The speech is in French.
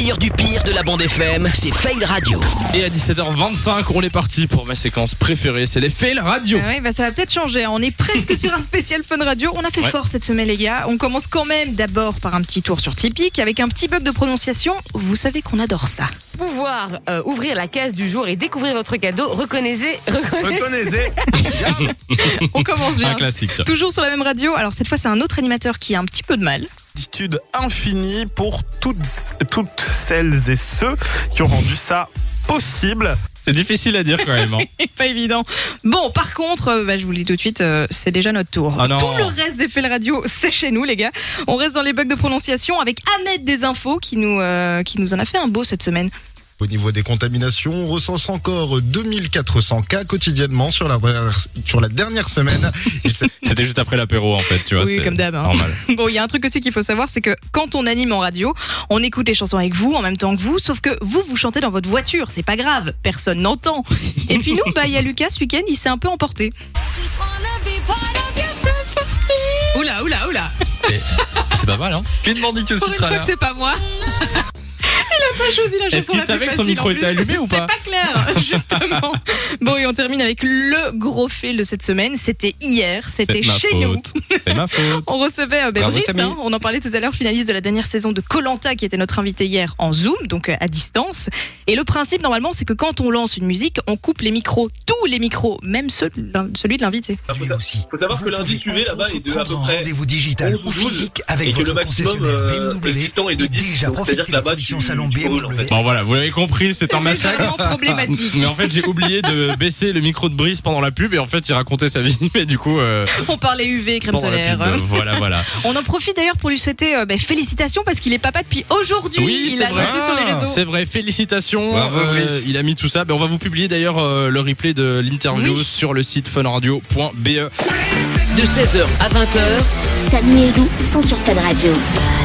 meilleur du pire de la bande FM, c'est Fail Radio. Et à 17h25, on est parti pour ma séquence préférée, c'est les Fail Radio. Oui, ça va peut-être changer. On est presque sur un spécial Fun Radio. On a fait fort cette semaine, les gars. On commence quand même d'abord par un petit tour sur Tipeee avec un petit bug de prononciation. Vous savez qu'on adore ça. Pouvoir ouvrir la case du jour et découvrir votre cadeau, reconnaissez. On commence bien. Un classique. Toujours sur la même radio. Alors cette fois, c'est un autre animateur qui a un petit peu de mal. Gratitude infinie pour toutes celles et ceux qui ont rendu ça possible. C'est difficile à dire quand même. Pas évident. Bon, par contre, je vous le dis tout de suite, c'est déjà notre tour. Ah non. Tout le reste des Fail Radio, c'est chez nous, les gars. On reste dans les bugs de prononciation avec Ahmed des Infos qui nous en a fait un beau cette semaine. Au niveau des contaminations, on recense encore 2400 cas quotidiennement sur la dernière semaine. C'était juste après l'apéro en fait, tu vois. Oui, c'est comme d'hab. Normal. Bon, il y a un truc aussi qu'il faut savoir, c'est que quand on anime en radio, on écoute les chansons avec vous en même temps que vous, sauf que vous chantez dans votre voiture, c'est pas grave, personne n'entend. Et puis nous, il y a Lucas ce week-end, il s'est un peu emporté. Oula. Et c'est pas mal, hein. Clean Bandit aussi Pour une sera fois là. que c'est pas moi. Il a pas choisi la chanson. Est-ce qu'il la savait plus que son facile, micro en était plus. allumé ou pas? C'est pas clair, justement. Bon, et on termine avec le gros fail de cette semaine. C'était hier, c'était C'est ma chez faute. nous. C'est ma faute. On recevait Bravo, Brice, Samy. on en parlait tout à l'heure, finaliste de la dernière saison de Koh-Lanta, qui était notre invité hier en Zoom, donc à distance. Et le principe, normalement, c'est que quand on lance une musique, on coupe les micros, tous les micros, même celui de l'invité. Il faut savoir que lundi suivi là-bas est de à peu près rendez-vous digital 11 ou ou 12 physique avec et que votre le maximum concessionnaire BMW existant est de 10. Donc c'est-à-dire que là-bas tu salon roules en fait. Bon voilà, vous l'avez compris, c'est un massacre. Vraiment problématique. Mais en fait, j'ai oublié de baisser le micro de Brice pendant la pub et en fait, il racontait sa vie. Mais du coup, On parlait UV, crème pendant la solaire. pub, voilà. On en profite d'ailleurs pour lui souhaiter félicitations parce qu'il est papa depuis aujourd'hui. Oui, il c'est a vrai. annoncé sur les réseaux. C'est vrai, félicitations. Bravo, Brice. Il a mis tout ça. On va vous publier d'ailleurs le replay de l'interview Oui. sur le site funradio.be. De 16h à 20h, Samy et Lou sont sur Fun Radio.